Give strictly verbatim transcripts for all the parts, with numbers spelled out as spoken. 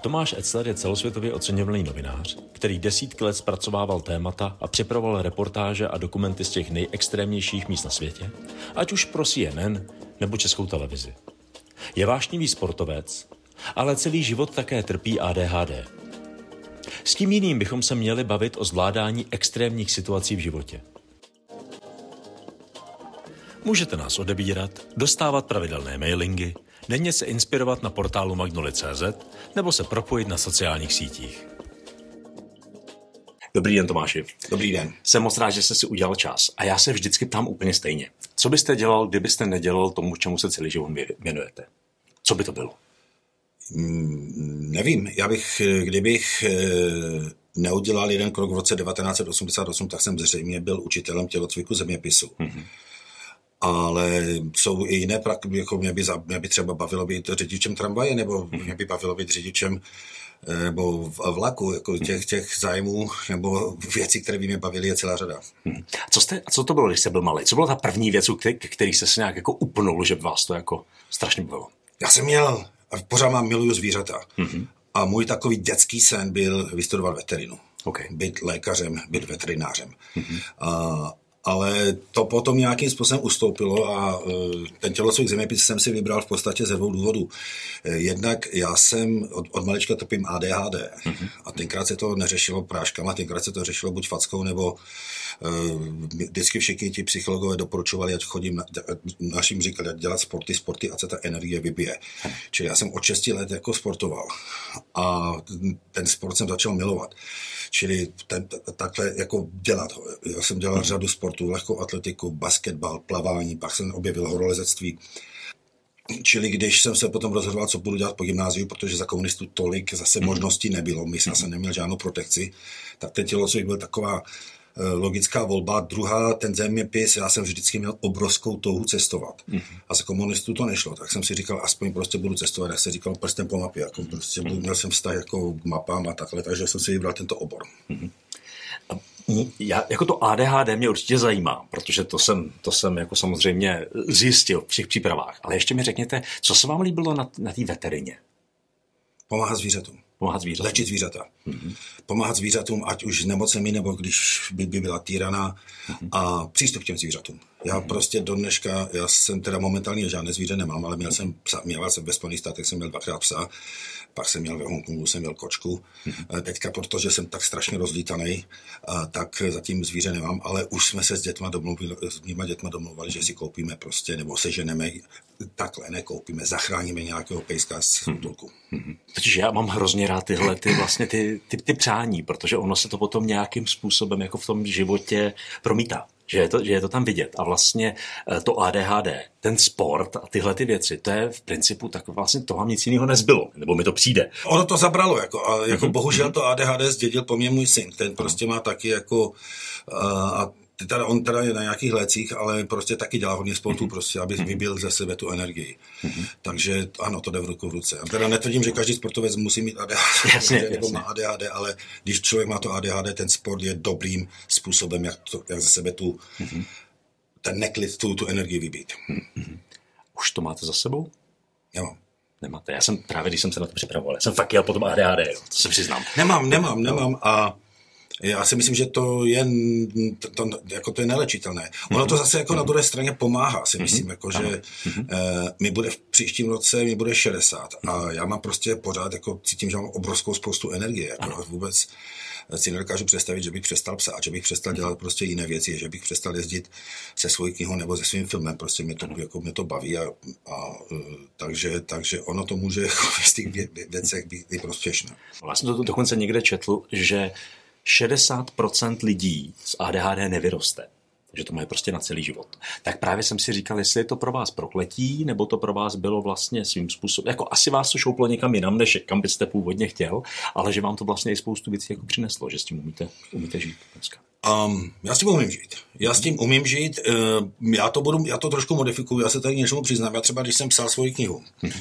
Tomáš Etzler je celosvětově oceňovaný novinář, který desítky let zpracovával témata a připravoval reportáže a dokumenty z těch nejextrémnějších míst na světě, ať už pro C N N nebo Českou televizi. Je vášnivý sportovec, ale celý život také trpí A D H D. S tím jiným bychom se měli bavit o zvládání extrémních situací v životě. Můžete nás odebírat, dostávat pravidelné mailingy, denně se inspirovat na portálu Magnoli tečka cé zet nebo se propojit na sociálních sítích. Dobrý den, Tomáši. Dobrý den. Jsem moc rád, že jste si udělal čas. A já se vždycky ptám úplně stejně. Co byste dělal, kdybyste nedělal tomu, čemu se celý život věnujete? Co by to bylo? Hmm, nevím. Já bych, kdybych neudělal jeden krok v roce devatenáct set osmdesát osm, tak jsem zřejmě byl učitelem tělocviku zeměpisu. Mm-hmm. Ale jsou i jiné praktiky, jako mě by, mě by třeba bavilo být řidičem tramvaje, nebo mě by bavilo být řidičem nebo vlaku, jako těch, těch zájmů nebo věcí, které by mě bavily, je celá řada. Hmm. Co, jste, co to bylo, když jste byl malý? Co byla ta první věc, k který jste se nějak jako upnul, že vás to jako strašně bavilo? Já jsem měl, a pořád mám, miluju zvířata. Hmm. A můj takový dětský sen byl vystudovat veterinu. Okay. Být lékařem, být veterinářem. Hmm. A ale to potom nějakým způsobem ustoupilo a ten tělocvik zeměpis jsem si vybral v podstatě ze dvou důvodů. Jednak já jsem od, od malička trpím A D H D mm-hmm. a tenkrát se to neřešilo práškama, tenkrát se to řešilo buď fackou, nebo uh, vždycky všichni ti psychologové doporučovali, ať chodím, na, našim říkali, ať dělat sporty, sporty, ať se ta energie vybije. Mm. Čili já jsem od šesti let jako sportoval a ten sport jsem začal milovat. Čili ten, takhle jako dělat ho. Já jsem dělal mm. řadu sportů, lehkou atletiku, basketbal, plavání, pak jsem objevil horolezectví. Čili když jsem se potom rozhodoval, co budu dělat po gymnáziu, protože za komunistů tolik zase možností nebylo, my jsem neměl žádnou protekci, tak ten tělocvik byl taková logická volba. Druhá, ten zeměpis, já jsem vždycky měl obrovskou touhu cestovat. Mm. A za komunistů to nešlo, tak jsem si říkal, aspoň prostě budu cestovat, jak se říkal, prstem po mapě, jako prostě mm. měl jsem vztah jako k mapám a takhle, takže jsem si vybral tento obor. Mm. Já, jako to A D H D mě určitě zajímá, protože to jsem, to jsem jako samozřejmě zjistil v těch přípravách, ale ještě mi řekněte, co se vám líbilo na, na té veterině? Pomáhat zvířatům. Pomáhat zvířatům. Léčit zvířata. Mm-hmm. Pomáhat zvířatům, ať už nemocemi, nebo když by, by byla týraná mm-hmm. a přístup k těm zvířatům. Já mm-hmm. prostě do dneška, já jsem teda momentálně žádné zvíře nemám, ale měl jsem psa, měl jsem ve Spojených státech, jsem měl dvakrát psa, pak jsem měl ve Hongkongu, jsem měl kočku. Mm-hmm. Teďka, protože jsem tak strašně rozlítaný, tak zatím zvíře nemám, ale už jsme se s dětma domluvili, s mýma dětma domluvili, že si koupíme prostě, nebo seženeme, takhle nekoupíme, zachráníme nějakého pejska z útulku. Mm-hmm. Totiž já mám hrozně rád tyhle ty, vlastně ty, ty, ty přání, protože ono se to potom nějakým způsobem jako v tom životě promítá. Že je, to, že je to tam vidět. A vlastně to A D H D, ten sport a tyhle ty věci, to je v principu tak vlastně to vám nic jiného nezbylo, nebo mi to přijde. Ono to zabralo, jako, a jako mm-hmm. bohužel to A D H D zdědil po mně můj syn, ten prostě má taky jako a teda on teda je na nějakých lécích, ale prostě taky dělá hodně sportu, mm-hmm. prostě, aby vybil ze sebe tu energii. Mm-hmm. Takže ano, to jde v ruku v ruce. A teda netvrdím, že každý sportovec musí mít A D H D, jasně, nebo jasně. má A D H D, ale když člověk má to A D H D, ten sport je dobrým způsobem, jak, to, jak ze sebe tu, mm-hmm. ten neklid, tu, tu energii vybít. Mm-hmm. Už to máte za sebou? Jo. Nemáte. Já jsem právě, když jsem se na to připravoval, jsem fakt jel potom A D H D, jo, to se přiznám. Nemám, nemám, nemám a já si myslím, že to je, to, to, jako to je nelečitelné. Ono to zase jako na druhé straně pomáhá, si myslím, jako, že eh, mi bude v příštím roce, mi bude šedesát a já mám prostě pořád, jako cítím, že mám obrovskou spoustu energie. Jako vůbec si nedokážu představit, že bych přestal psát, že bych přestal dělat prostě jiné věci, že bych přestal jezdit se svojí knihou nebo se svým filmem, prostě mě to, jako mě to baví a, a takže, takže ono to může jako v těch věcech být i prospěšné. Já jsem to dokonce někde četl, že šedesát procent lidí z A D H D nevyroste, že to mají prostě na celý život. Tak právě jsem si říkal, jestli je to pro vás prokletí, nebo to pro vás bylo vlastně svým způsobem, jako asi vás to šouplo někam jinam, než kam byste původně chtěl, ale že vám to vlastně i spoustu věcí jako přineslo, že s tím umíte, umíte žít dneska. Um, já s tím umím žít. Já s tím umím žít, uh, já to budu, já to trošku modifikuju, já se tady něčemu přiznám, já třeba, když jsem psal svoji knihu,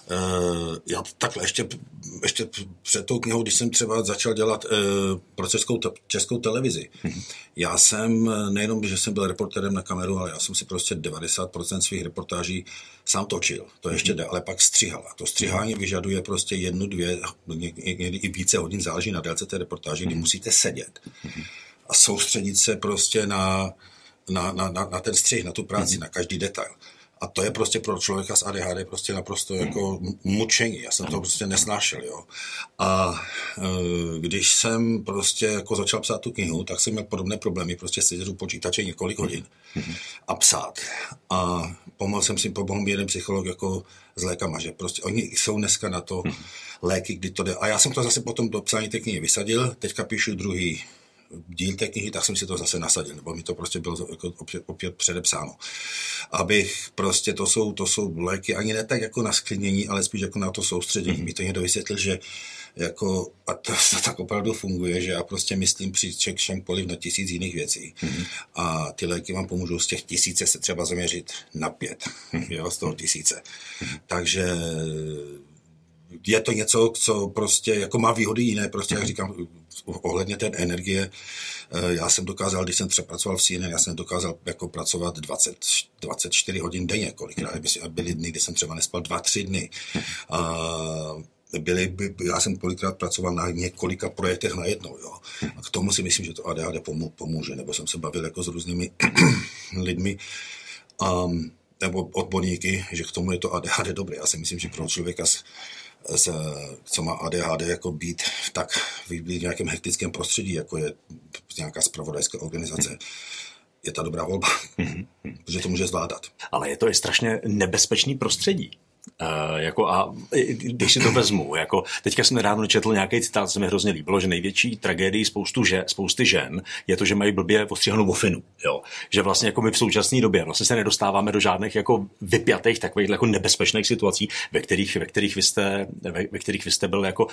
Uh, já takhle ještě, ještě před tou knihou, když jsem třeba začal dělat uh, pro českou, te, českou televizi, hmm. já jsem nejenom, že jsem byl reportérem na kameru, ale já jsem si prostě devadesát procent svých reportáží sám točil. To ještě jde, ale pak stříhal. A to stříhání vyžaduje prostě jednu, dvě, někdy i více hodin, záleží na délce té reportáže, kdy musíte sedět a soustředit se prostě na, na, na, na, na ten střih, na tu práci, na každý detail. A to je prostě pro člověka s A D H D prostě naprosto jako mučení. Já jsem to prostě nesnášel, jo. A e, když jsem prostě jako začal psát tu knihu, tak jsem měl podobné problémy, prostě sedět u počítače několik hodin a psát. A pomohl jsem si, pomohl mi jeden psycholog jako s lékama, že prostě oni jsou dneska na to léky, kdy to jde. A já jsem to zase potom do psání té knihy vysadil, teďka píšu druhý díl té knihy, tak jsem si to zase nasadil, nebo mi to prostě bylo jako opět, opět předepsáno. Abych prostě, to jsou, to jsou léky ani ne tak jako na sklidnění, ale spíš jako na to soustředění. Mm-hmm. Mi to někdo vysvětlil, že jako, a to, to tak opravdu funguje, že já prostě myslím při čemkoliv na tisíc jiných věcí. Mm-hmm. A ty léky vám pomůžou z těch tisíce se třeba zaměřit na pět, mm-hmm. jo, z toho tisíce. Mm-hmm. Takže je to něco, co prostě jako má výhody jiné, prostě jak říkám, ohledně té energie, já jsem dokázal, když jsem třeba pracoval v C N N, já jsem dokázal jako pracovat dvacet, dvacet čtyři hodin denně, kolikrát, byly dny, kdy jsem třeba nespal dva, tři dny. A byly, by, já jsem kolikrát pracoval na několika projektech najednou, jo. A k tomu si myslím, že to A D H D pomůže, nebo jsem se bavil jako s různými lidmi, um, nebo odborníky, že k tomu je to A D H D dobré. Já si myslím, že pro člověka s Z, co má A D H D, jako být v tak být v nějakém hektickém prostředí, jako je nějaká zpravodajská organizace, je ta dobrá volba, mm-hmm. protože to může zvládat. Ale je to i strašně nebezpečný prostředí. Uh, jako a když si to vezmu, jako teďka jsem nedávno četl nějaký citát, co mi hrozně líbilo, že největší tragédií spoustu že, spousty žen je to, že mají blbě ostříhanou ofinu, jo. Že vlastně jako my v současné době vlastně se nedostáváme do žádných jako vypjatých takových jako nebezpečných situací, ve kterých, ve kterých vy jste, ve, ve kterých vy jste byl jako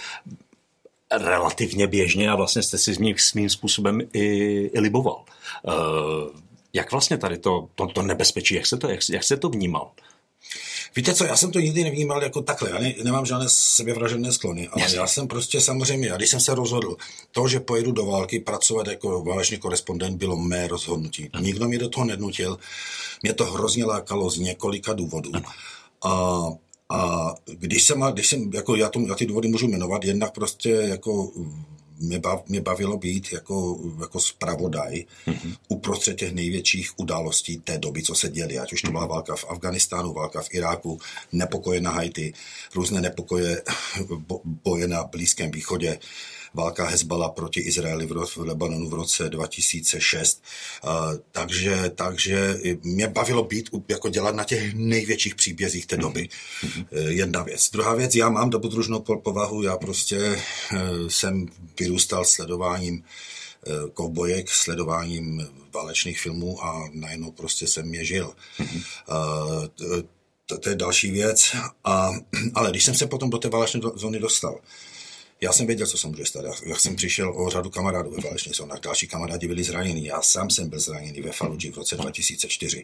relativně běžně a vlastně jste si svým, svým způsobem i, i liboval. Uh, jak vlastně tady to, to, to nebezpečí, jak se to, jak, jak se to vnímal? Víte co, já jsem to nikdy nevnímal jako takhle, já ne, nemám žádné sebevražedné sklony, ale já jsem prostě samozřejmě, já když jsem se rozhodl, to, že pojedu do války pracovat jako válečný korespondent, bylo mé rozhodnutí. Nikdo mě do toho nenutil, mě to hrozně lákalo z několika důvodů. A, a když jsem, když jsem jako já, to, já ty důvody můžu jmenovat, jednak prostě jako Mě, bav, mě bavilo být jako, jako zpravodaj mm-hmm. uprostřed těch největších událostí té doby, co se děly. Ať už to byla válka v Afghánistánu, válka v Iráku, nepokoje na Haiti, různé nepokoje, bo, boje na Blízkém východě, válka Hezbollah proti Izraeli v, v Lebanonu v roce dva tisíce šest. Uh, takže, takže mě bavilo být, jako dělat na těch největších příbězích té doby. Mm-hmm. Uh, jedna věc. Druhá věc, já mám dobrodružnou povahu, já prostě uh, jsem vyrůstal sledováním uh, kovbojek, sledováním válečných filmů a najednou prostě jsem je žil. Mm-hmm. Uh, to, to je další věc. A, ale když jsem se potom do té válečné zóny dostal, já jsem věděl, co se může stát. Já jsem přišel o řadu kamarádů ve válečných zónách. Další kamarádi byli zraněni. Já sám jsem byl zraněný ve Faludži v roce dva tisíce čtyři.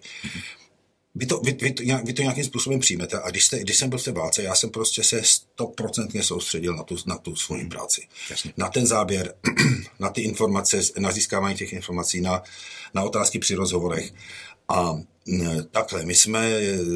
Vy to, vy, vy, to, vy to nějakým způsobem přijmete a když, jste, když jsem byl v té válce, já jsem prostě se stoprocentně soustředil na tu, na tu svoji práci. Jasně. Na ten záběr, na ty informace, na získávání těch informací, na, na otázky při rozhovorech. A takhle, my jsme,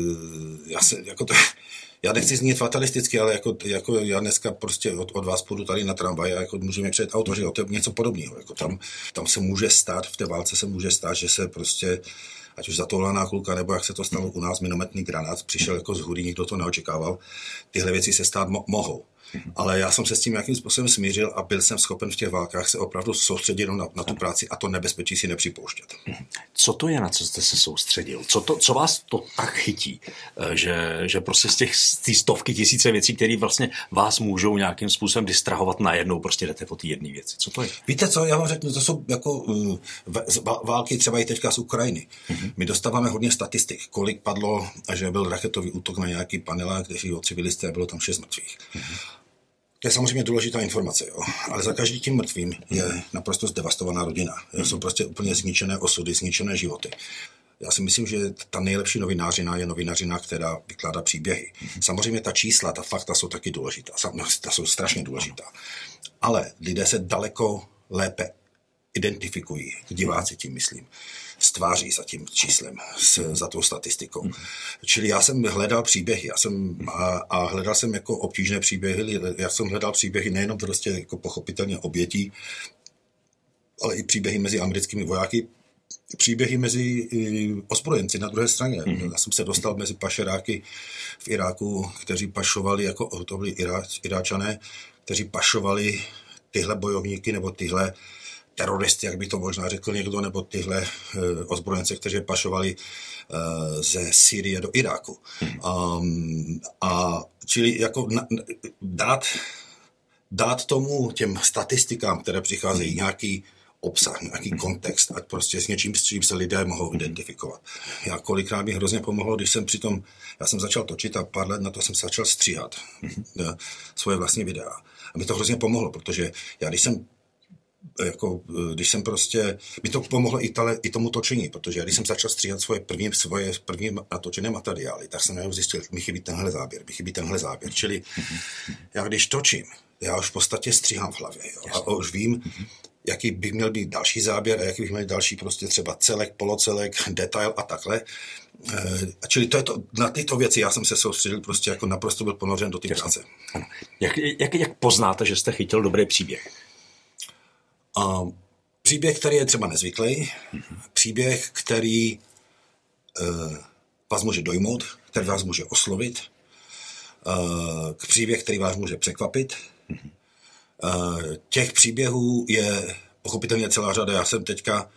já se, jako to, já nechci znít fatalisticky, ale jako, jako já dneska prostě od, od vás půjdu tady na tramvaj a jako můžeme přijet auto, že to je něco podobného. Jako tam, tam se může stát, v té válce se může stát, že se prostě, ať už zatoulaná kulka, nebo jak se to stalo u nás, minometný granát, přišel jako z hůry, nikdo to neočekával. Tyhle věci se stát mo- mohou. Ale já jsem se s tím nějakým způsobem smířil a byl jsem schopen v těch válkách se opravdu soustředit na, na tu práci a to nebezpečí si nepřipouštět. Co to je, na co jste se soustředil? Co, to, co vás to tak chytí, že, že prostě z těch z stovky tisíce věcí, které vlastně vás můžou nějakým způsobem distrahovat, najednou prostě jdete po té jedné věci? Co to je? Víte co, já vám řeknu, to jsou jako uh, války třeba i teďka z Ukrajiny. Mm-hmm. My dostáváme hodně statistik, kolik padlo, že byl raketový útok na nějaký panelák, kteří o civilisté, bylo tam šest mrtvých. Mm-hmm. To je samozřejmě důležitá informace, jo. Ale za každým tím mrtvým je naprosto zdevastovaná rodina. Jo. Jsou prostě úplně zničené osudy, zničené životy. Já si myslím, že ta nejlepší novinařina je novinařina, která vykládá příběhy. Samozřejmě ta čísla, ta fakta jsou taky důležitá. Ta jsou strašně důležitá. Ale lidé se daleko lépe identifikují, diváci tím myslím, stváří za tím číslem, s, za tou statistikou. Mm. Čili já jsem hledal příběhy, já jsem, a, a hledal jsem jako obtížné příběhy, já jsem hledal příběhy nejenom prostě jako pochopitelně obětí, ale i příběhy mezi americkými vojáky, příběhy mezi ozbrojenci na druhé straně. Mm. Já jsem se dostal mezi pašeráky v Iráku, kteří pašovali, jako to byli Iráč, Iráčané, kteří pašovali tyhle bojovníky nebo tyhle teroristy, jak by to možná řekl někdo, nebo tyhle uh, ozbrojence, kteří pašovali uh, ze Sýrie do Iráku. Hmm. Um, a čili jako na, dát, dát tomu těm statistikám, které přicházejí, hmm. nějaký obsah, nějaký hmm. kontext, ať prostě s něčím, s čím se lidé mohou identifikovat. Já kolikrát mi hrozně pomohlo, když jsem přitom, já jsem začal točit a pár let na to jsem začal stříhat hmm. uh, svoje vlastní videa. A mi to hrozně pomohlo, protože já když jsem jako, když jsem prostě, mi to pomohlo i, tale, i tomu točení, protože když jsem začal stříhat svoje první, svoje první natočené materiály, tak jsem najednou zjistil, mi chybí tenhle záběr, mi chybí tenhle záběr, čili já když točím, já už v podstatě stříhám v hlavě, jo, a už vím, jaký by měl být další záběr a jaký by měl být další prostě třeba celek, polocelek, detail a takhle. E, čili to je to, na tyto věci já jsem se soustředil, prostě jako naprosto byl ponořen do té práce. Jak, jak, jak poznáte, že jste chytil dobrý příběh? A příběh, který je třeba nezvyklý, mm-hmm. příběh, který uh, vás může dojmout, který vás může oslovit, uh, příběh, který vás může překvapit. Mm-hmm. Uh, těch příběhů je pochopitelně celá řada. Já jsem teďka,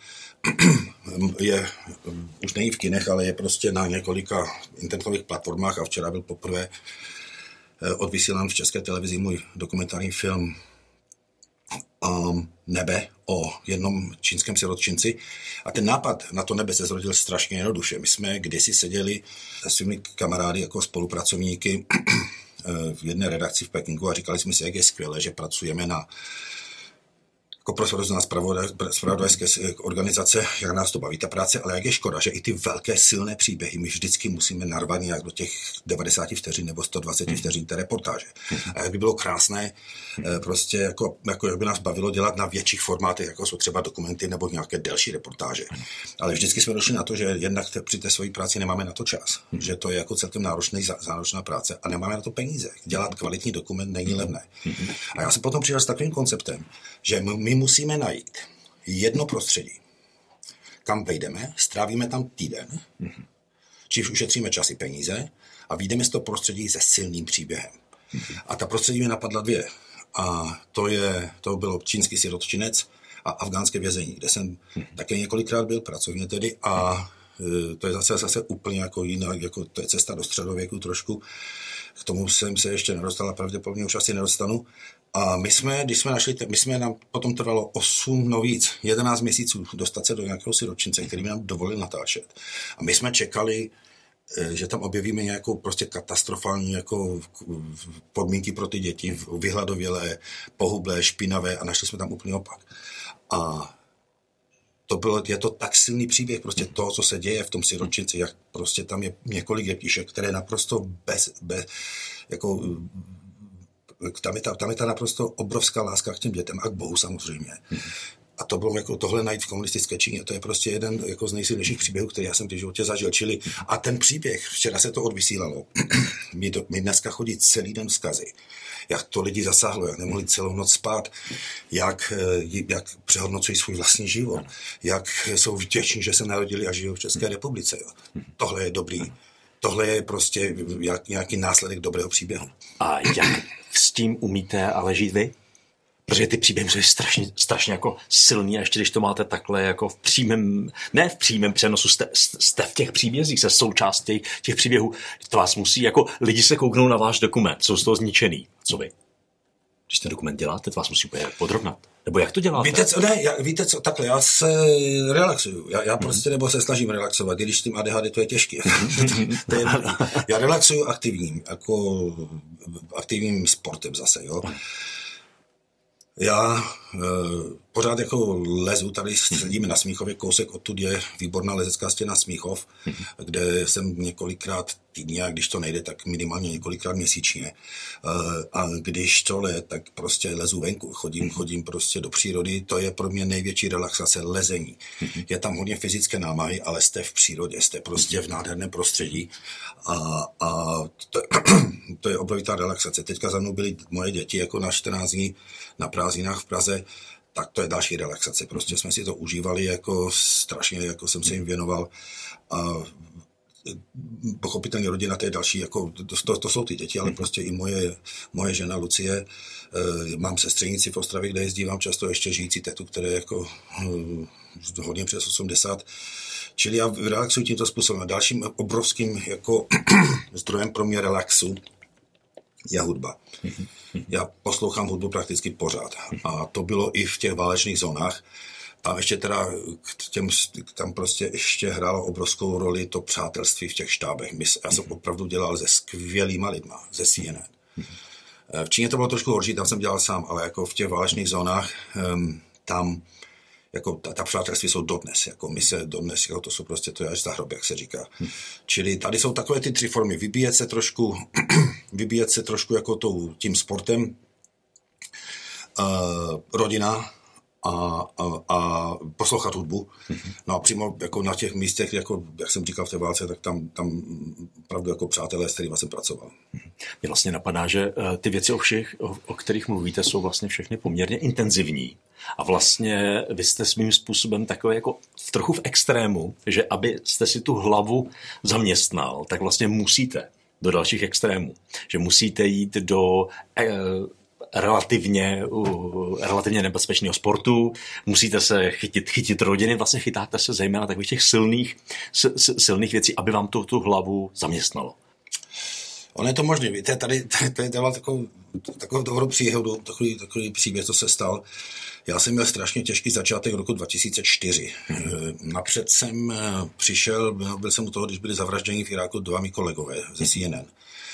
je, už není v kinech, ale je prostě na několika internetových platformách a včera byl poprvé uh, odvysílán v České televizi můj dokumentární film Um, Nebe o jednom čínském sirotčinci. A ten nápad na to nebe se zrodil strašně jednoduše. My jsme kdysi seděli se svými kamarády jako spolupracovníky v jedné redakci v Pekingu a říkali jsme si, jak je skvělé, že pracujeme na jako pro zpravodajské organizace, jak nás to baví ta práce, ale jak je škoda, že i ty velké silné příběhy my vždycky musíme narvat nějak do těch devadesát vteřin nebo sto dvacet vteřin té reportáže. A jak by bylo krásné, prostě jako, jako jak by nás bavilo dělat na větších formátech, jako jsou třeba dokumenty nebo nějaké delší reportáže. Ale vždycky jsme došli na to, že jednak při té své práci nemáme na to čas, že to je jako celkem náročný, náročná práce a nemáme na to peníze. Dělat kvalitní dokument není levné. A já jsem potom přišel s takovým konceptem, že my musíme najít jedno prostředí, kam vejdeme, strávíme tam týden, mm-hmm. čímž ušetříme čas i peníze a vyjdeme z toho prostředí se silným příběhem. Mm-hmm. A ta prostředí mi napadla dvě. A to, je, to bylo čínský sirotčinec a afgánské vězení, kde jsem mm-hmm. také několikrát byl, pracovně tedy, a mm-hmm. to je zase, zase úplně jako jiná, jako to je cesta do středověku trošku. K tomu jsem se ještě nedostal a pravděpodobně už asi nedostanu. A my jsme, když jsme našli, my jsme nám potom trvalo osm, no víc, jedenáct měsíců dostat se do nějakého sirotčince, který nám dovolil natáčet. A my jsme čekali, že tam objevíme nějakou prostě katastrofální jako podmínky pro ty děti, vyhladovělé, pohublé, špinavé a našli jsme tam úplný opak. A to bylo, je to tak silný příběh, prostě to, co se děje v tom sirotčinci, jak prostě tam je několik dětišek, které naprosto bez, bez jako Tam je, ta, tam je ta naprosto obrovská láska k těm dětem a k Bohu samozřejmě. A to bylo jako tohle najít v komunistické Číně. To je prostě jeden jako z nejsilnějších příběhů, který já jsem v životě zažil. Čili, a ten příběh, včera se to odvysílalo, mi, do, mi dneska chodí celý den vzkazy. Jak to lidi zasáhlo, jak nemohli celou noc spát, jak, jak přehodnocují svůj vlastní život, jak jsou vděční, že se narodili a žijou v České republice. Jo. Tohle je dobrý. Tohle je prostě jak, nějaký následek dobrého příběhu. A jak s tím umíte ale žít vy? Protože ty příběhy jsou strašně, strašně jako silný a ještě když to máte takhle jako v přímém, ne v přímém přenosu, jste, jste v těch příbězích, se součástí těch příběhů, to vás musí, jako lidi se kouknou na váš dokument, jsou z toho zničený. Co vy? Když ten dokument děláte, to vás musí úplně podrovnat. Nebo jak to děláte? Víte co, ne, já, víte co, takhle, já se relaxuju. Já, já prostě nebo se snažím relaxovat, když s tím A D H D to je těžké. to je, já relaxuju aktivním, jako aktivním sportem zase, jo. Já pořád jako lezu, tady sedíme na Smíchově, kousek odtud je výborná lezecká stěna Smíchov, kde jsem několikrát týdně, a když to nejde, tak minimálně několikrát měsíčně. A když to jde, tak prostě lezu venku, chodím, chodím prostě do přírody, to je pro mě největší relaxace, lezení. Je tam hodně fyzické námahy, ale jste v přírodě, jste prostě v nádherném prostředí a, a to, to je obrovitá relaxace. Teďka za mnou byly moje děti jako na čtrnáct dní na prázdninách v Praze, tak to je další relaxace. Prostě jsme si to užívali jako strašně, jako jsem se jim věnoval. A pochopitelně rodina, to je další, jako to, to jsou ty děti, ale prostě i moje, moje žena Lucie, mám sestřenici v Ostravě, kde jezdívám často ještě žijící tetu, které je jako hodně přes osmdesát. Čili já relaxuji tímto způsobem. A dalším obrovským jako zdrojem pro mě relaxu je hudba. Já poslouchám hudbu prakticky pořád. A to bylo i v těch válečných zónách. A ještě teda k těm, tam prostě ještě hrálo obrovskou roli to přátelství v těch štábech. My, já jsem opravdu dělal se skvělýma lidma, ze C N N. V Číně to bylo trošku horší, tam jsem dělal sám, ale jako v těch válečných zónách um, tam jako ta, ta přátelství jsou dodnes, jako my se dodnes, jako to jsou prostě, to je až za hrob, jak se říká. Hmm. Čili tady jsou takové ty tři formy, vybíjet se trošku, vybíjet se trošku jako tou, tím sportem, uh, rodina a, a, a poslouchat hudbu. Hmm. No a přímo jako na těch místech, jako, jak jsem říkal v té válce, tak tam, tam opravdu jako přátelé, s kterými jsem pracoval. Mě vlastně napadá, že ty věci, o všech, o, o kterých mluvíte, jsou vlastně všechny poměrně intenzivní. A vlastně vy jste svým způsobem takový jako v trochu v extrému, že abyste si tu hlavu zaměstnal, tak vlastně musíte do dalších extrémů. Že musíte jít do eh, relativně, uh, relativně nebezpečného sportu, musíte se chytit, chytit rodiny, vlastně chytáte se zejména takových těch silných, s, silných věcí, aby vám to, tu hlavu zaměstnalo. Ono je to možné, víte, tady, tady, tady dával takovou, takovou dobrou příhodu, takový, takový příběh, co se stal. Já jsem měl strašně těžký začátek roku dva tisíce čtyři. Napřed jsem přišel, byl jsem u toho, když byli zavražděni v Iráku dva mý kolegové ze C N N.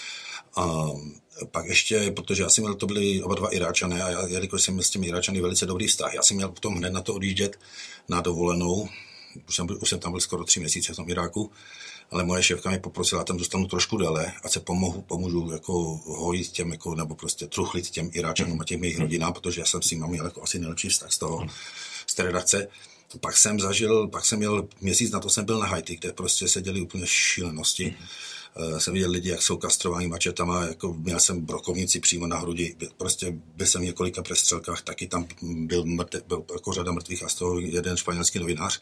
A pak ještě, protože já jsem měl, to byli oba dva Iráčané a já, jelikož jsem měl s těmi Iráčany velice dobrý vztah, já jsem měl potom hned na to odjíždět na dovolenou, už jsem, byl, už jsem tam byl skoro tři měsíce v tom Iráku, ale moje šéfka mě poprosila, tam zůstanu trošku déle, ať se pomohu, pomůžu jako hojit těm, jako, nebo prostě truchlit těm Iráčanům a těm jejich rodinám, protože já jsem s nimi měl jako asi nejlepší vztah z toho, z té redakce. Pak jsem zažil, pak jsem měl měsíc na to jsem byl na Haiti, kde prostě se děli úplně šílenosti. Uh, jsem viděl lidi, jak jsou kastrovaní mačetama, jako měl jsem brokovnici přímo na hrudi, prostě byl jsem v několika přestřelkách, taky tam byl, mrtev, byl jako řada mrtvých a z toho jeden španělský novinář.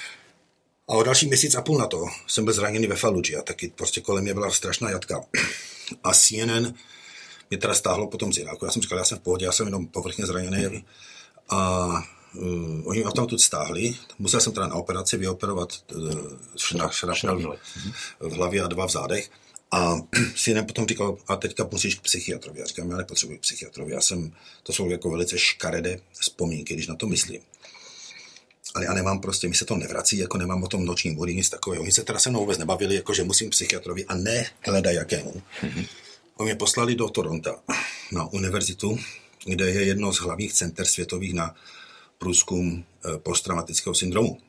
A o další měsíc a půl na to jsem byl zraněný ve Faludži a taky prostě kolem mě byla strašná jatka. A C N N mě teda stáhlo potom z Iráku. Já jsem říkal, já jsem v pohodě, já jsem jenom povrchně zraněný. A uh, oni mě tam tu stáhli. Musel jsem teda na operaci vyoperovat uh, šrapnel v hlavě a dva v zádech. A C N N potom říkal, a teďka musíš k psychiatrovi. Já říkám, já nepotřebuji psychiatrovi. Já jsem, to jsou jako velice škaredé vzpomínky, když na to myslím. Ale já nemám prostě, mi se to nevrací, jako nemám o tom nočním vody, nic takového. Oni se teda se mnou vůbec nebavili, jako že musím psychiatrovi a ne hledaj jakému. Mm-hmm. Oni mě poslali do Toronto na univerzitu, kde je jedno z hlavních center světových na průzkum e, posttraumatického syndromu.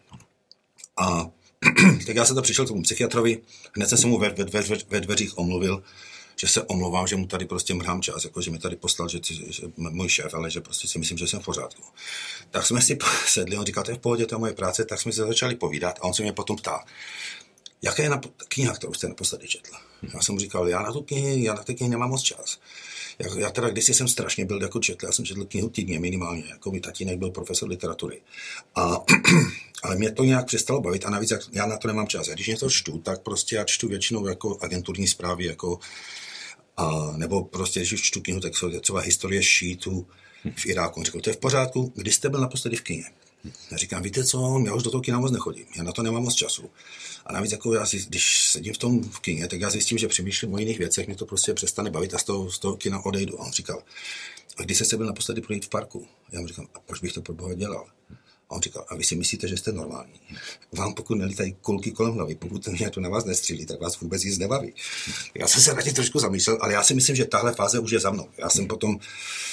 A tak já jsem to přišel k tomu psychiatrovi, hned jsem se mu ve, ve, ve, ve dveřích omluvil, že se omlouvám, že mu tady prostě mrhám čas, jako že mi tady poslal, že, že můj šéf, ale že prostě si myslím, že jsem v pořádku. Tak jsme si sedli, on říkal, to je v pohodě, to je moje práce, tak jsme se začali povídat a on se mě potom ptal, jaká je nap- kniha, kterou jste naposledy četl. Já jsem mu říkal, já na tu knihy, já na ty knihy nemám moc čas. Já, já teda kdysi jsem strašně byl jako četl, já jsem četl knihu týdně minimálně, jako mi tatínek byl profesor literatury. A, ale mě to nějak přestalo bavit a navíc já na to nemám čas. A když něco čtu, tak prostě já čtu většinou jako agenturní zprávy, jako a nebo prostě, když čtu knihu, tak jsou třeba historie šítů v Iráku. On řekl, to je v pořádku, kdy jste byl naposledy v kině? Já říkám, víte co, já už do toho kina moc nechodím, já na to nemám moc času. A navíc, jako já, když sedím v tom v kině, tak já zjistím, že přemýšlím o jiných věcech, mě to prostě přestane bavit a z toho, z toho kina odejdu. A on říkal, a kdy jste se byl naposledy projít v parku? Já mu říkám, a proč bych to pro boha dělal? A on říkal, a vy si myslíte, že jste normální? Vám pokud nelítají kulky kolem hlavy, pokud mě to na vás nestřílí, tak vás vůbec nic nebaví. Já jsem se na tím trošku zamýšlel, ale já si myslím, že tahle fáze už je za mnou. Já jsem potom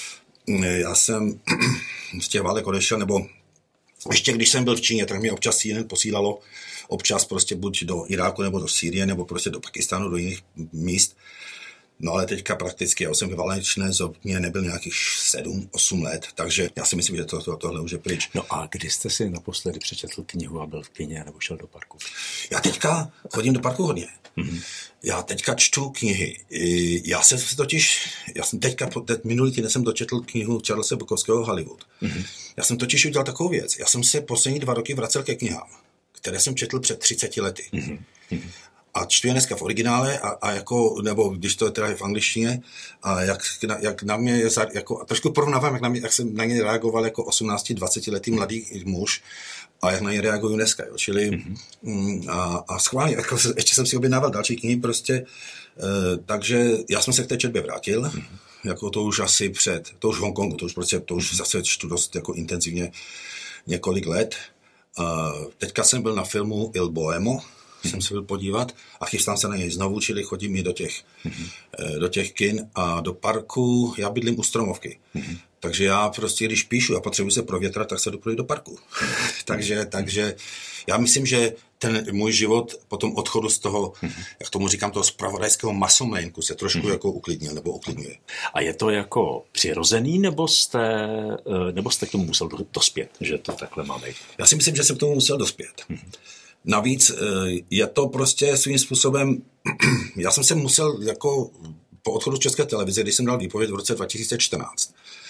Já jsem z těch válek odešel, nebo ještě když jsem byl v Číně, tak mě občas C N N posílalo, občas prostě buď do Iráku, nebo do Sýrie, nebo prostě do Pakistánu, do jiných míst. No ale teďka prakticky, já jsem ve válečné zóně nebyl nějakých sedm osm let, takže já si myslím, že to, to, tohle už je pryč. No a kdy jste si naposledy přečetl knihu a byl v kině nebo šel do parku? Já teďka chodím do parku hodně. Mm-hmm. Já teďka čtu knihy. Já jsem se totiž, já jsem teďka, teď minulý týden jsem dočetl knihu Charlese Bukowského Hollywood. Mm-hmm. Já jsem totiž udělal takovou věc. Já jsem se poslední dva roky vracel ke knihám, které jsem četl před třiceti lety. Mm-hmm. A čtu je dneska v originále a, a jako, nebo když to je teda v angličtině, a jak, jak na mě, jako, a trošku porovnávám, jak, na mě, jak jsem na ně reagoval jako osmnácti dvaceti letý mladý muž a jak na ně reaguju dneska, jo. Čili mm-hmm. a, a schválně, jako, ještě jsem si objednával další knihy prostě, e, takže já jsem se k té četbě vrátil, mm-hmm. jako to už asi před, to už v Hongkongu, to už prostě, to už zase čtu dost jako intenzivně několik let. A teďka jsem byl na filmu Il Bohemo, jsem se byl podívat a chystám se na něj znovu, čili chodím i do těch, mm-hmm. do těch kin a do parku. Já bydlím u Stromovky. Mm-hmm. Takže já prostě, když píšu a potřebuji se provětrat, tak se jdu projít do parku. takže, takže já myslím, že ten můj život po tom odchodu z toho, mm-hmm. jak tomu říkám, toho zpravodajského masomlejnku se trošku mm-hmm. jako uklidnil nebo uklidňuje. A je to jako přirozený, nebo jste, nebo jste k tomu musel dospět, že to takhle má být? Já si myslím, že jsem k tomu musel dospět. Mm-hmm. Navíc je to prostě svým způsobem, já jsem se musel jako po odchodu z České televize, když jsem dal výpověď v roce dva tisíce čtrnáct,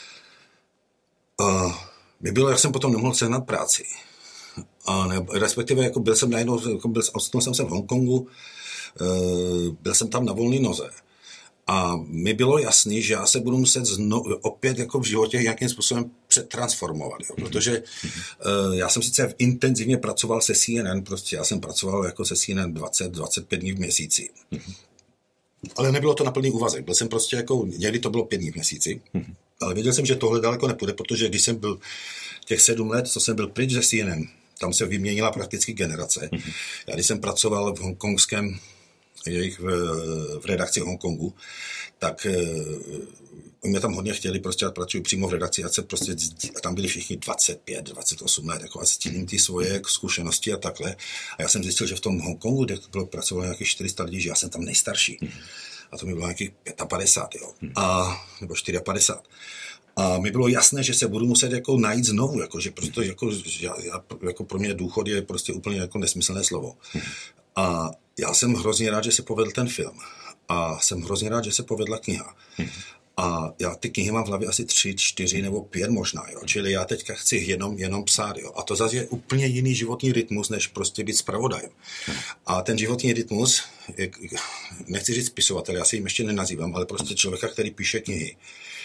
uh, mi bylo, jak jsem potom nemohl sehnat práci. A ne, respektive jako byl jsem najednou, jako byl, odstnul jsem se v Hongkongu, uh, byl jsem tam na volné noze. A mi bylo jasný, že já se budu muset zno, opět jako v životě nějakým způsobem přetransformovat, jo? Protože uh, já jsem sice intenzivně pracoval se C N N, prostě já jsem pracoval jako se C N N dvacet dvacet pět dní v měsíci. Mm-hmm. Ale nebylo to na plný úvazek, byl jsem prostě jako, někdy to bylo pět dní v měsíci, mm-hmm. ale věděl jsem, že tohle daleko nepůjde, protože když jsem byl těch sedm let, co jsem byl pryč ze C N N, tam se vyměnila prakticky generace. Mm-hmm. Já když jsem pracoval v hongkongském jejich v, v redakci Hongkongu, tak uh, mě tam hodně chtěli, prostě pracuji přímo v redakci, a se prostě, a tam byli všichni dvacet pět dvacet osm let, jako a stílím ty svoje zkušenosti a takhle. A já jsem zjistil, že v tom Hongkongu, kde bylo pracovalo nějakých čtyři sta lidí, že já jsem tam nejstarší. Mm. A to mi bylo nějakých padesát pět, jo. Mm. A, nebo padesát čtyři. A mi bylo jasné, že se budu muset jako najít znovu, jako, že prostě jako, já, jako pro mě důchod je prostě úplně jako nesmyslné slovo. Mm. A já jsem hrozně rád, že se povedl ten film. A jsem hrozně rád, že se povedla kniha. Hmm. A já ty knihy mám v hlavě asi tři, čtyři nebo pět možná, jo. Čili já teďka chci jenom, jenom psát, jo. A to zase je úplně jiný životní rytmus, než prostě být zpravodajem. Hmm. A ten životní rytmus, je, nechci říct spisovatel, já si jim ještě nenazývám, ale prostě člověka, který píše knihy.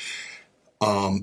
A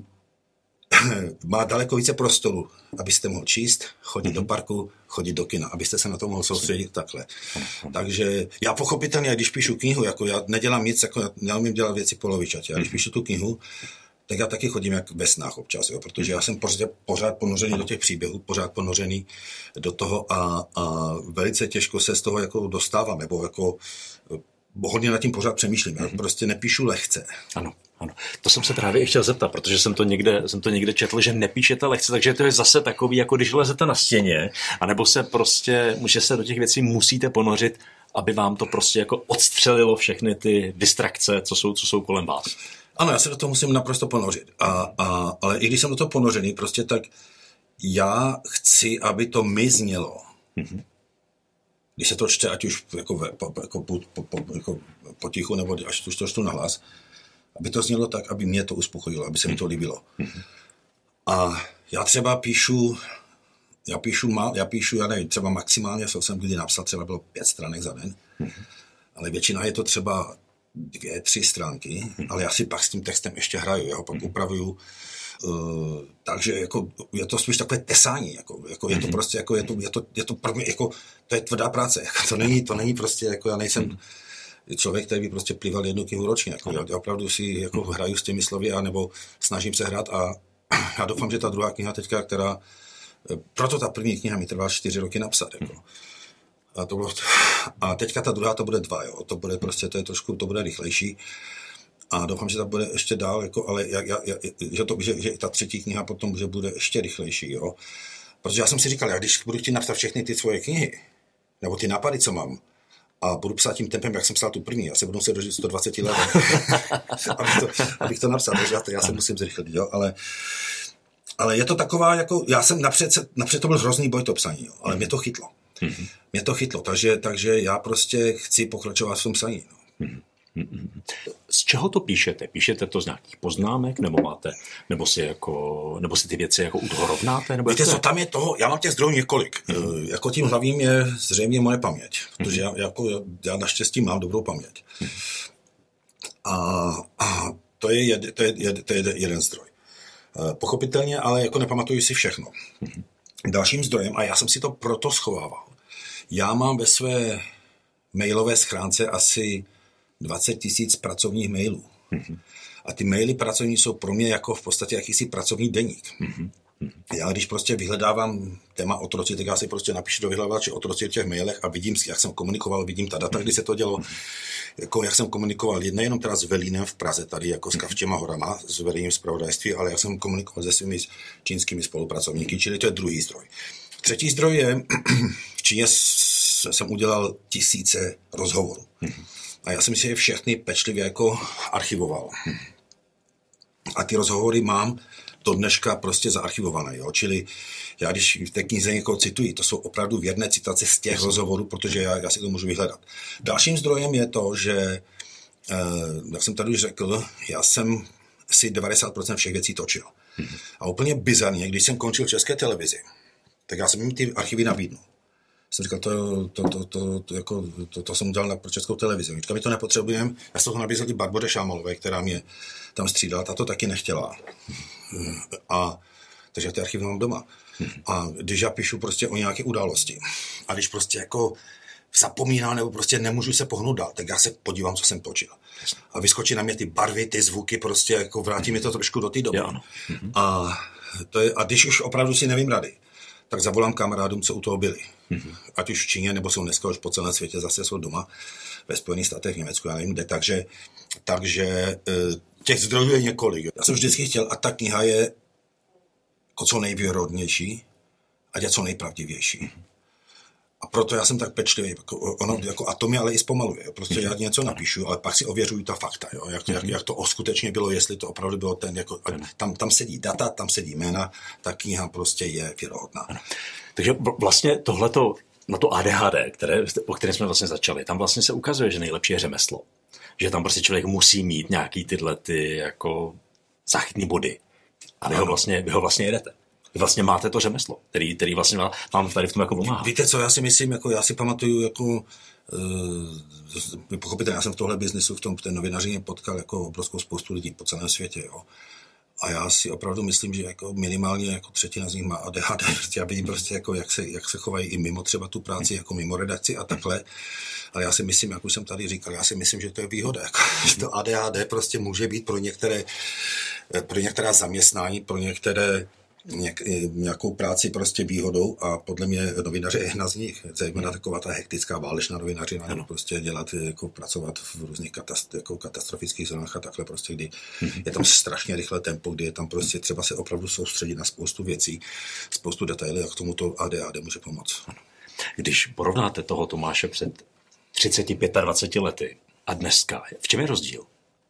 má daleko více prostoru, abyste mohl číst, chodit mm-hmm. do parku, chodit do kina, abyste se na to mohl soustředit takhle. Mm-hmm. Takže já pochopitelně, když píšu knihu, jako já nedělám nic, jako neumím dělat věci polovičatě. Já když píšu tu knihu, tak já taky chodím jak ve snách občas, jo, protože já jsem pořád, pořád ponořený do těch příběhů, pořád ponořený do toho a, a velice těžko se z toho jako dostávám, nebo jako hodně nad tím pořád přemýšlím. Já prostě nepíšu lehce. Ano. Ano, to jsem se právě chtěl zeptat, protože jsem to někde, jsem to někde četl, že nepíšete lehce, takže to je zase takový, jako když lezete na stěně, anebo se prostě, že se do těch věcí musíte ponořit, aby vám to prostě jako odstřelilo všechny ty distrakce, co jsou, co jsou kolem vás. Ano, já se do toho musím naprosto ponořit, a, a, ale i když jsem do toho ponořený, prostě tak já chci, aby to mi znělo. Mm-hmm. Když se to čte, ať už jako, po, jako, po, po, jako potichu, nebo až už to čtu nahlas, aby to znělo tak, aby mě to uspokojilo, aby se mi to líbilo. Mm-hmm. A já třeba píšu, já píšu, má, já píšu, já nevím, třeba maximálně, co jsem kdy napsal, třeba bylo pět stránek za den, mm-hmm. ale většina je to třeba dvě, tři stránky, mm-hmm. ale já si pak s tím textem ještě hraju, já ho pak mm-hmm. upravuju, uh, takže jako, je to spíš takové tesání, jako, jako je to prostě, jako je to, je to, je to pro mě, jako, to je tvrdá práce, jako, to není, to není prostě, jako já nejsem, mm-hmm. člověk, který by prostě plival jednu knihu ročně. Jako, já opravdu si jako hraju s těmi slovy, anebo snažím se hrát a já doufám, že ta druhá kniha teďka, která, proto ta první kniha mi trvá čtyři roky napsat. Jako. A, to bylo, a teďka ta druhá to bude dva, jo. To bude prostě, to je trošku, to bude rychlejší. A doufám, že to bude ještě dál, jako, ale já, já, já, že, to, že, že i ta třetí kniha potom že bude ještě rychlejší. Jo? Protože já jsem si říkal, já když budu chtít napsat všechny ty svoje knihy, nebo ty nápady, co mám, a budu psát tím tempem, jak jsem psal tu první, já se budu se dožít sto dvacet let, abych, to, abych to napsal, takže já, já se musím zrychlit, jo? Ale, ale je to taková, jako, já jsem napřed, napřed to byl hrozný boj to psaní, jo? Ale mě to chytlo. Mm-hmm. Mě to chytlo, takže, takže já prostě chci pokračovat v tom psaní. No. Mm-hmm. Z čeho to píšete? Píšete to z nějakých poznámek, nebo máte, nebo si jako, nebo si ty věci jako u toho rovnáte? Nebo víte co, tam je toho, já mám těch zdrojů několik. Mm-hmm. Jako tím hlavním je zřejmě moje paměť, protože mm-hmm. já, jako, já naštěstí mám dobrou paměť. Mm-hmm. A, a to, je jed, to, je, to je jeden zdroj. Pochopitelně, ale jako nepamatuju si všechno. Mm-hmm. Dalším zdrojem, a já jsem si to proto schovával, já mám ve své mailové schránce asi dvacet tisíc pracovních mailů. Mm-hmm. A ty maily pracovní jsou pro mě jako v podstatě jakýsi pracovní deník. Mm-hmm. Já když prostě vyhledávám téma otroci, tak já si prostě napíšu do vyhledávače otroci v těch mailech a vidím, jak jsem komunikoval, vidím ta data, kdy se to dělo, jako jak jsem komunikoval nejenom teda s Velínem v Praze, tady jako s Kavčema horama, s Velínem zpravodajství, ale jak jsem komunikoval se svými čínskými spolupracovníky, čili to je druhý zdroj. Třetí zdroj je, v Číně jsem udělal tisíce rozhovorů. Mm-hmm. A já jsem si je všechny pečlivě jako archivoval. A ty rozhovory mám do dneška prostě zaarchivované. Jo? Čili já když v té knize někoho cituji, to jsou opravdu věrné citace z těch rozhovorů, protože já, já si to můžu vyhledat. Dalším zdrojem je to, že, eh, jak jsem tady už řekl, já jsem si devadesát procent všech věcí točil. A úplně bizarně, když jsem končil v České televizi, tak já jsem jim ty archivy nabídnul. Jsem říkal, to, to, to, to, to, jako, to, to jsem udělal pro Českou televizi. Říkal, my to nepotřebujeme. Já jsem to nabízel i Barbore Šámalové, která mě tam střídala, ta to taky nechtěla. A, takže ty archivy mám doma. A když já píšu prostě o nějaké události a když prostě jako zapomínám nebo prostě nemůžu se pohnout dál, tak já se podívám, co jsem točil. A vyskočí na mě ty barvy, ty zvuky, prostě jako vrátí mi to trošku do té doby. A, to je, a když už opravdu si nevím rady, tak zavolám kamarádům, co u toho byli. Mm-hmm. Ať už v Číně, nebo jsou dneska už po celém světě, zase jsou doma ve Spojených státech, v Německu, já nevím kde. Takže, takže těch zdrojů je několik. Já jsem vždycky chtěl, a ta kniha je jako co nejvěrohodnější a je co nejpravdivější. Mm-hmm. A proto já jsem tak pečlivý. Jako, ono, jako, a to mě ale i zpomaluje. Prostě mm-hmm. já něco napíšu, ale pak si ověřuju ta fakta. Jo? Jak, to, jak, jak to skutečně bylo, jestli to opravdu bylo ten... Jako, tam, tam sedí data, tam sedí jména, ta kniha prostě je věrohodná. Takže vlastně tohleto, na to A D H D, které, o kterém jsme vlastně začali, tam vlastně se ukazuje, že nejlepší je řemeslo. Že tam prostě člověk musí mít nějaký tyhle ty jako záchytný body. A vy ho vlastně, vy ho vlastně jedete. Vy vlastně máte to řemeslo, který, který vlastně vám tady v tom jako pomáhá. Víte co, já si myslím, jako já si pamatuju, jako uh, pochopitelně, já jsem v tohle biznesu, v tom v té novinařině potkal jako obrovskou spoustu lidí po celém světě, jo. A já si opravdu myslím, že jako minimálně jako třetina z nich má A D H D. Já vidím prostě, jako, jak, se, jak se chovají i mimo třeba tu práci, jako mimo redakci a takhle. Ale já si myslím, jak už jsem tady říkal, já si myslím, že to je výhoda. Jako, že to A D H D prostě může být pro některé, pro některá zaměstnání, pro některé Něk, nějakou práci prostě výhodou a podle mě novinaře je jedna z nich. Zejména taková ta hektická válečná novinařina, nebo prostě dělat, jako pracovat v různých katast, jako katastrofických zónách a takhle prostě, kdy mm-hmm. je tam strašně rychlé tempo, kdy je tam prostě třeba se opravdu soustředit na spoustu věcí, spoustu detailů, jak k tomuto A D H D může pomoct. Když porovnáte toho Tomáše před třicet dvacet pět lety a dneska, v čem je rozdíl?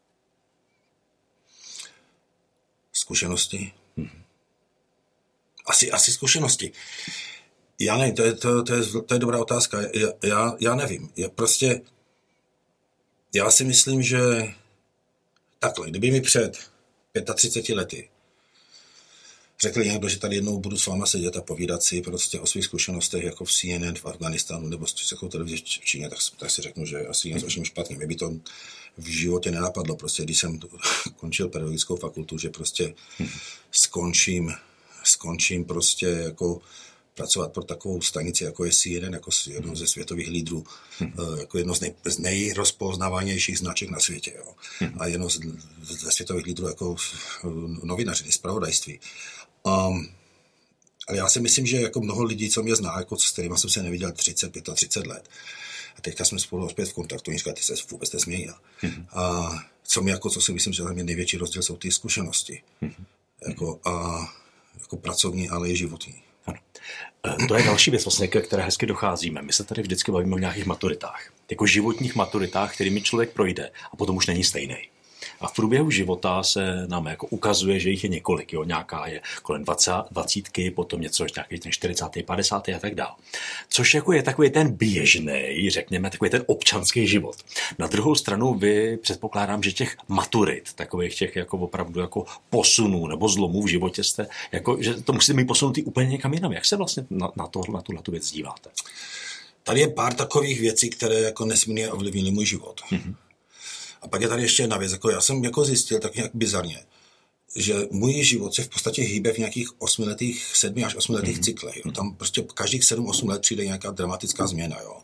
Zkušenosti. Mm-hmm. Asi, asi zkušenosti. Já nevím, to je, to, to je, to je dobrá otázka. Já, já, já nevím. Já prostě, já si myslím, že takhle, kdyby mi před třiceti pěti lety řekli někdo, že tady jednou budu s váma sedět a povídat si prostě o svých zkušenostech jako v C N N v Afganistánu nebo s Českou televizi v Číně, tak, tak si řeknu, že asi něco vším špatně. Mě by to v životě nenapadlo. Prostě, když jsem končil pedagogickou fakultu, že prostě skončím skončím prostě jako pracovat pro takovou stanici, jako je C N N, jako jedno ze světových lídrů, hmm. jako jedno z, nej, z nejrozpoznávanějších značek na světě. Jo. Hmm. A jedno z, ze světových lídrů jako novinařiny, zpravodajství. Um, ale já si myslím, že jako mnoho lidí, co mě zná, jako s kterými jsem se neviděl třicet, třicet pět let, a teďka jsme spolu opět v kontaktu, říká, ty se vůbec nesměnil. Hmm. A co, mi jako, co si myslím, že tam je největší rozdíl, jsou ty zkušenosti. Mm-hmm. Jako, a, jako pracovní, ale i životní. Ano. To je další věc, vlastně, ke které hezky docházíme. My se tady vždycky bavíme o nějakých maturitách. Jako životních maturitách, kterými člověk projde a potom už není stejný. A v průběhu života se nám jako ukazuje, že jich je několik. Jo? Nějaká je kolem dvacítky, potom něco nějaký ten čtyřicátý, padesátý a tak dál. Což jako je takový ten běžný, řekněme, takový ten občanský život. Na druhou stranu vy předpokládám, že těch maturit, takových těch jako opravdu jako posunů nebo zlomů v životě jste, jako, že to musíte mít posunutý úplně někam jinam. Jak se vlastně na, na, to, na tuhle tu věc díváte? Tady je pár takových věcí, které jako nesmírně ovlivnily můj život. Mm-hmm. A pak je tady ještě jedna věc, jako já jsem jako zjistil tak nějak bizarně, že můj život se v podstatě hýbe v nějakých osmiletých, sedmi až osmiletých mm-hmm. cyklech. Jo. Tam prostě každých sedm, osm let přijde nějaká dramatická změna. Jo.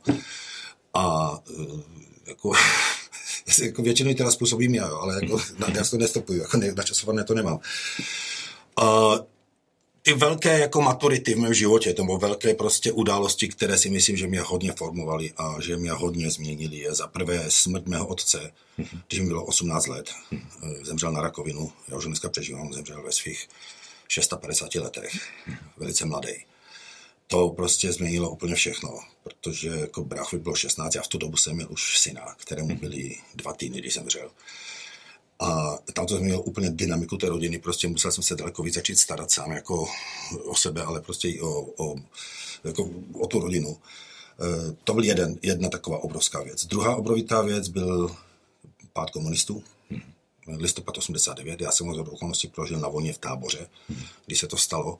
A jako, jako většinou teda způsobím já, jo, ale jako, já to nestopuju, jako načasované to nemám. A ty velké jako maturity v mém životě, to bylo velké prostě události, které si myslím, že mě hodně formovaly a že mě hodně změnily. Je za prvé smrt mého otce, když mi bylo osmnáct let. Zemřel na rakovinu, já už dneska přežívám, zemřel ve svých padesát šesti letech, velice mladý. To prostě změnilo úplně všechno, protože jako bráchovi bylo šestnáct, já v tu dobu jsem měl už syna, kterému byly dva týdny, když zemřel. A tam to změnilo úplně dynamiku té rodiny, prostě musel jsem se daleko víc začít starat sám jako o sebe, ale prostě i o, o, jako o tu rodinu. E, to byl jeden, jedna taková obrovská věc. Druhá obrovitá věc byl pád komunistů. Hmm. Listopad osmdesát devět, já jsem ho z okolností prožil na vojně v Táboře, hmm. když se to stalo.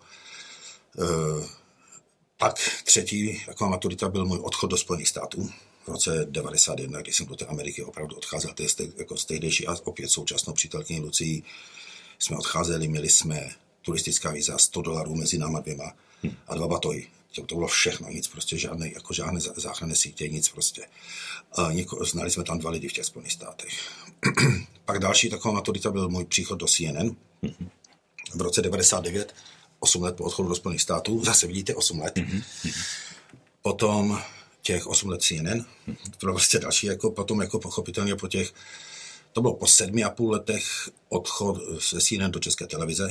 E, pak třetí taková maturita byl můj odchod do Spojených států. V roce devadesát jedna, když jsem do té Ameriky opravdu odcházel, to je stej, jako z tehdejší a opět současnou přítelkyní Lucí, jsme odcházeli, měli jsme turistická víza, sto dolarů mezi náma dvěma a dva batohy. To, to bylo všechno, nic prostě, žádné, jako žádné záchranné sítě, nic prostě. A něko, znali jsme tam dva lidi v těch Spojených státech. Pak další taková maturita byl můj příchod do C N N v roce devadesát devět, osm let po odchodu do Spojených států, zase vidíte, osm let. Potom těch osm let C N N, to bylo prostě další, jako potom jako pochopitelně po těch, to bylo po sedmi a půl letech odchod ze C N N do České televize.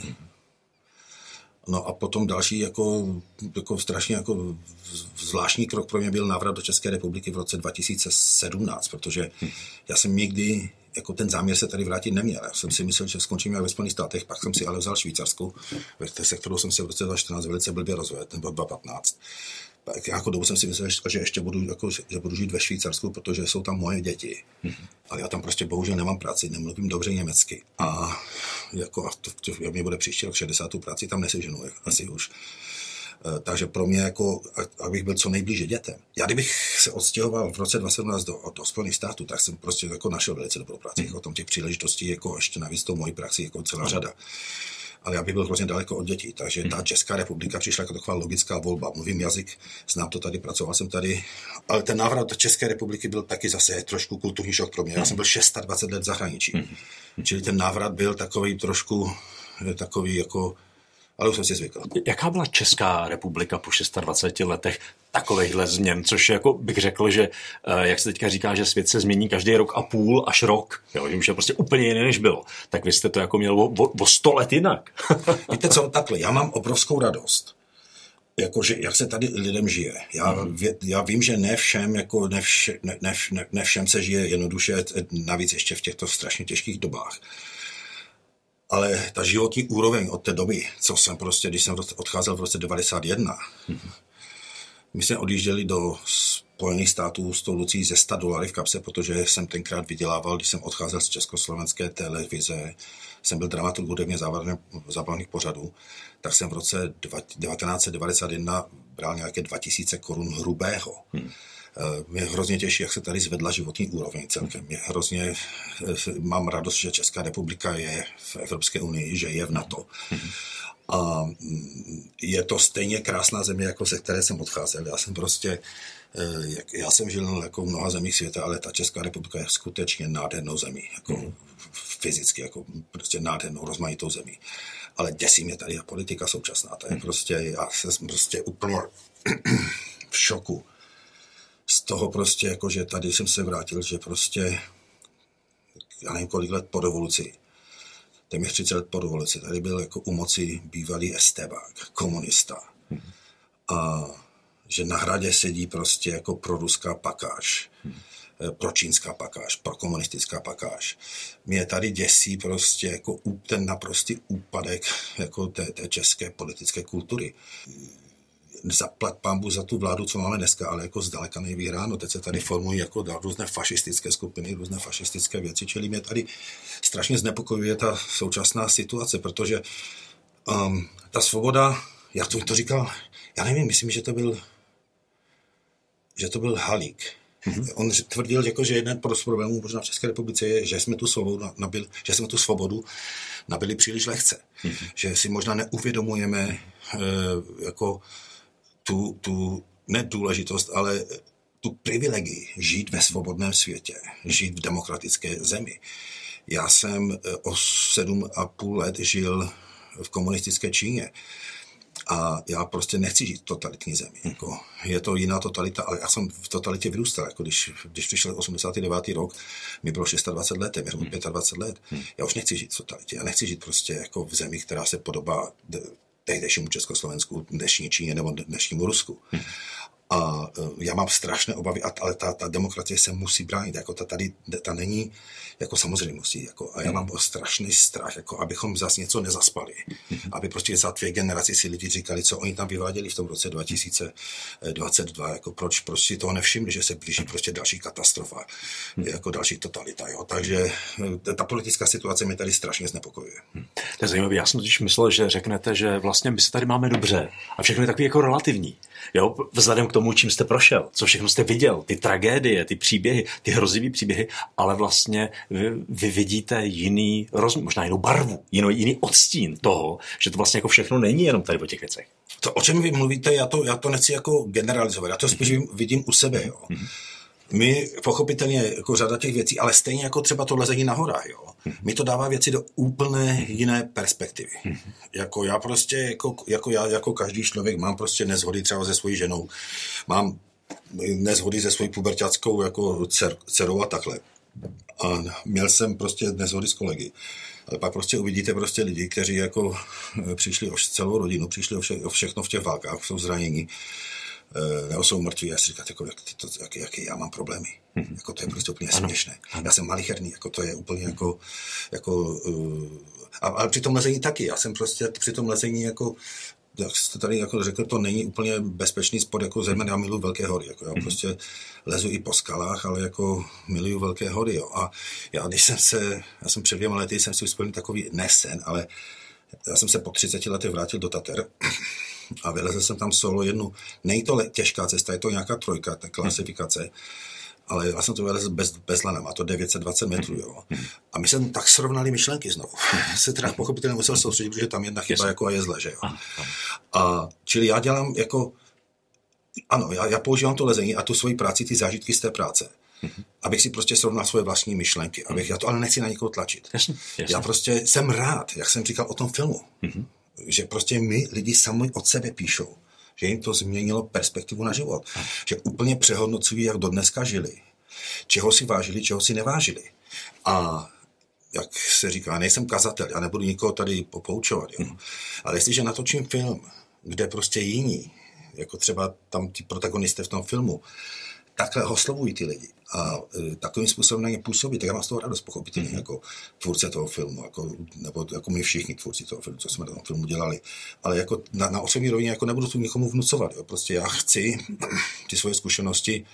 No a potom další jako, jako strašně jako zvláštní krok pro mě byl návrat do České republiky v roce dva tisíce sedmnáct, protože já jsem nikdy jako ten záměr se tady vrátit neměl. Já jsem si myslel, že skončím jak ve Spojených státech, pak jsem si ale vzal Švýcarsku, se kterou jsem se v roce dva tisíce čtrnáct velice blbě rozvedl, ten byl dva tisíce patnáct. Tak nějakou dobu jsem si myslel, že ještě budu, jako, že budu žít ve Švýcarsku, protože jsou tam moje děti. Mm-hmm. Ale já tam prostě bohužel nemám práci, nemluvím dobře německy. A jako, a to, to, mě bude příští rok šedesát tu práci, tam neseženu asi už. E, takže pro mě, jako, abych byl co nejblíže dětem. Já kdybych se odstěhoval v roce dva tisíce sedmnáct do, do Spojených států, tak jsem prostě jako našel velice dobrou práci. Mm-hmm. Jako, tom těch příležitostí, jako ještě navíc tou mojí praxi, jako celá mm-hmm. řada. Ale já bych byl hrozně daleko od dětí, takže ta Česká republika přišla jako taková logická volba. Mluvím jazyk, znám to tady, pracoval jsem tady, ale ten návrat do České republiky byl taky zase trošku kulturní šok pro mě. Já jsem byl dvacet šest let v zahraničí, čili ten návrat byl takový trošku, takový jako, ale už jsem si zvykl. Jaká byla Česká republika po dvaceti šesti letech takovejhle změn, což jako bych řekl, že jak se teďka říká, že svět se změní každý rok a půl až rok, jo, že už je prostě úplně jiné, než bylo. Tak vy jste to jako měl o, o sto let jinak. Víte co, takhle, já mám obrovskou radost, jakože jak se tady lidem žije. Já, mm. vě, já vím, že ne všem, jako ne, vše, ne, ne, ne všem se žije jednoduše, navíc ještě v těchto strašně těžkých dobách. Ale ta životní úroveň od té doby, co jsem prostě, když jsem odcházel v roce devadesát jedna, mm-hmm. my jsme odjížděli do Spojených států s tou Lucí ze sto dolarů v kapse, protože jsem tenkrát vydělával, když jsem odcházel z československé televize, jsem byl dramaturg hudebně zábavných pořadů, tak jsem v roce devatenáct set devadesát jedna bral nějaké dva tisíce korun hrubého. Hmm. Mě hrozně těší, jak se tady zvedla životní úroveň celkem. Mě hrozně, mám radost, že Česká republika je v Evropské unii, že je v NATO. Hmm. A je to stejně krásná země, jako se které jsem odcházel. Já jsem prostě, já jsem žil jako v mnoha zemích světa, ale ta Česká republika je skutečně nádhernou zemí, jako mm. fyzicky, jako prostě nádhernou, rozmanitou zemí. Ale děsí mě tady politika současná, to je prostě, já jsem prostě úplně v šoku z toho prostě, jako že tady jsem se vrátil, že prostě já nevím kolik let po revoluci, téměř třicet let po revoluci, tady byl jako u moci bývalý estébák, komunista. Hmm. A že na Hradě sedí prostě jako proruská pakáž, hmm. pročínská pakáž, prokomunistická pakáž. Mě tady děsí prostě jako ten naprostý úpadek jako té, té české politické kultury. Zaplat pánbu za tu vládu, co máme dneska, ale jako zdaleka nejvyhráno. Teď se tady formují jako různé fašistické skupiny, různé fašistické věci, čili mě tady strašně znepokojuje ta současná situace, protože um, ta svoboda, jak to, to říkal, já nevím, myslím, že to byl že to byl Halík. Mm-hmm. On tvrdil, jako, že jeden z problémů možná v České republice je, že jsme tu svobodu nabili, že jsme tu svobodu nabili příliš lehce. Mm-hmm. Že si možná neuvědomujeme e, jako tu, tu nedůležitost, ale tu privilegii žít ve svobodném světě, žít v demokratické zemi. Já jsem o sedm a půl let žil v komunistické Číně. A já prostě nechci žít v totalitní zemi. Jako, je to jiná totalita, ale já jsem v totalitě vyrůstal. Jako když, když přišel osmdesátý devátý rok, mi bylo dvacet šest let, téměř dvacet pět let. Já už nechci žít v totalitě. Já nechci žít prostě jako v zemi, která se podobá tehdejšímu Československu, dnešní Číně nebo dnešnímu Rusku. A já mám strašné obavy, ale ta, ta demokracie se musí bránit. Jako ta tady ta není jako samozřejmostí. Jako, a já mám strašný strach, jako abychom zase něco nezaspali. Aby prostě za dvě generaci si lidi říkali, co oni tam vyváděli v tom roce dva tisíce dvacet dva. Jako proč prostě si toho nevšimli, že se blíží prostě další katastrofa, jako další totalita. Jo. Takže ta politická situace mě tady strašně znepokojuje. To je zajímavé. Já jsem totiž myslel, že řeknete, že vlastně my se tady máme dobře a všechno je takový jako relativní. Jo, vzhledem k tomu, čím jste prošel, co všechno jste viděl, ty tragédie, ty příběhy, ty hrozivý příběhy, ale vlastně vy, vy vidíte jiný rozměr, možná jinou barvu, jiný, jiný odstín toho, že to vlastně jako všechno není jenom tady o těch věcech. To, o čem vy mluvíte, já to, já to nechci jako generalizovat, já to spíš mm-hmm. vidím u sebe, jo. Mm-hmm. My pochopitelně jako řada těch věcí, ale stejně jako třeba to lezení na horách, jo. Mi to dává věci do úplně jiné perspektivy. Jako já prostě, jako, jako já, jako každý člověk mám prostě nezhody třeba se svojí ženou. Mám nezhody se svojí puberťáckou jako dcer, dcerou a takhle. A měl jsem prostě nezhody s kolegy. Ale pak prostě uvidíte prostě lidi, kteří jako přišli o celou rodinu, přišli o, vše, o všechno v těch válkách, jsou zranění. Nebo jsou mrtví, já si říkám, jako, jak, to, jak, jaký já mám problémy. Mm-hmm. Jako, to je prostě úplně ano. směšné. Ano. Já jsem malicherný, jako, to je úplně jako... jako uh, a, ale při tom lezení taky. Já jsem prostě při tom lezení jako... Jak jste tady jako řekl, to není úplně bezpečný sport, jako zejména já miluji velké hory. Jako, já mm-hmm. prostě lezu i po skalách, ale jako miluji velké hory. Jo. A já, když jsem se... Já jsem před dvěma lety jsem si vyspěl takový nesen, ale já jsem se po třiceti letech vrátil do Tater a vylezl jsem tam solo jednu. Není to těžká cesta, je to nějaká trojka, ta klasifikace, ale já jsem to vylezl bez, bez lana, má to devět set dvacet metrů, jo. A my jsme tak srovnali myšlenky znovu. Se teda pochopitelně musel soustředit, protože tam jedna chyba jako a je zle, že jo. A čili já dělám jako, ano, já, já používám to lezení a tu svoji práci, ty zážitky z té práce. Mm-hmm. Abych si prostě srovnal svoje vlastní myšlenky. Abych, já to ale nechci na někoho tlačit. Jasně, jasně. Já prostě jsem rád, jak jsem říkal o tom filmu, mm-hmm. že prostě my lidi sami od sebe píšou, že jim to změnilo perspektivu na život. Mm. Že úplně přehodnocují, jak do dneska žili. Čeho si vážili, čeho si nevážili. A jak se říká, nejsem kazatel, já nebudu nikoho tady popoučovat. Jo? Mm. Ale jestliže natočím film, kde prostě jiní, jako třeba tam ti protagonisté v tom filmu, takhle oslovují ty lidi a e, takovým způsobem na ně působí, tak já mám z toho radost pochopitelně mm-hmm. jako tvůrce toho filmu, jako, nebo jako my všichni tvůrci toho filmu, co jsme na tom filmu dělali. Ale jako na, na osobní rovině jako nebudu tu nikomu vnucovat. Jo. Prostě já chci ty svoje zkušenosti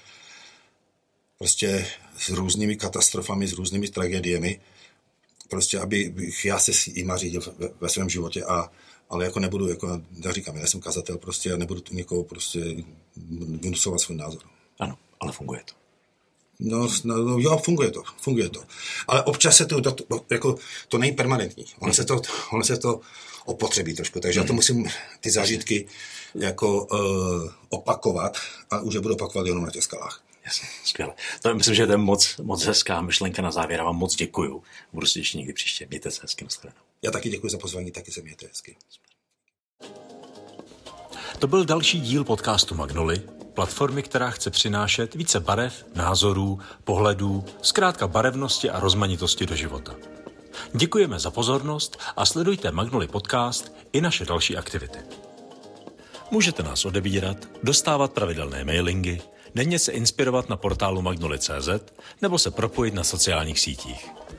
prostě s různými katastrofami, s různými tragédiemi, prostě aby já se s jima řídil ve, ve svém životě a ale jako nebudu, jako já říkám, já jsem kazatel prostě a nebudu tu někoho prostě vnucovat svůj názor. Ano, ale funguje to. No, no jo, funguje to, funguje to. Ale občas se to, to, to jako, to není permanentní. On se to, on se to opotřebí trošku, takže mm. já to musím ty zážitky jako uh, opakovat a už je budu opakovat jenom na těch skalách. Jasně, skvěle. To myslím, že to je moc, moc hezká myšlenka na závěr a vám moc děkuju. Budu si ještě někdy příště. Mějte se hezky, nashledanou. Já taky děkuji za pozvání, taky se mějte hezky. To byl další díl podcastu Magnoly. platformy, která chce přinášet více barev, názorů, pohledů, zkrátka barevnosti a rozmanitosti do života. Děkujeme za pozornost a sledujte Magnoli Podcast i naše další aktivity. Můžete nás odebírat, dostávat pravidelné mailingy, denně se inspirovat na portálu magnoli tečka cé zet nebo se propojit na sociálních sítích.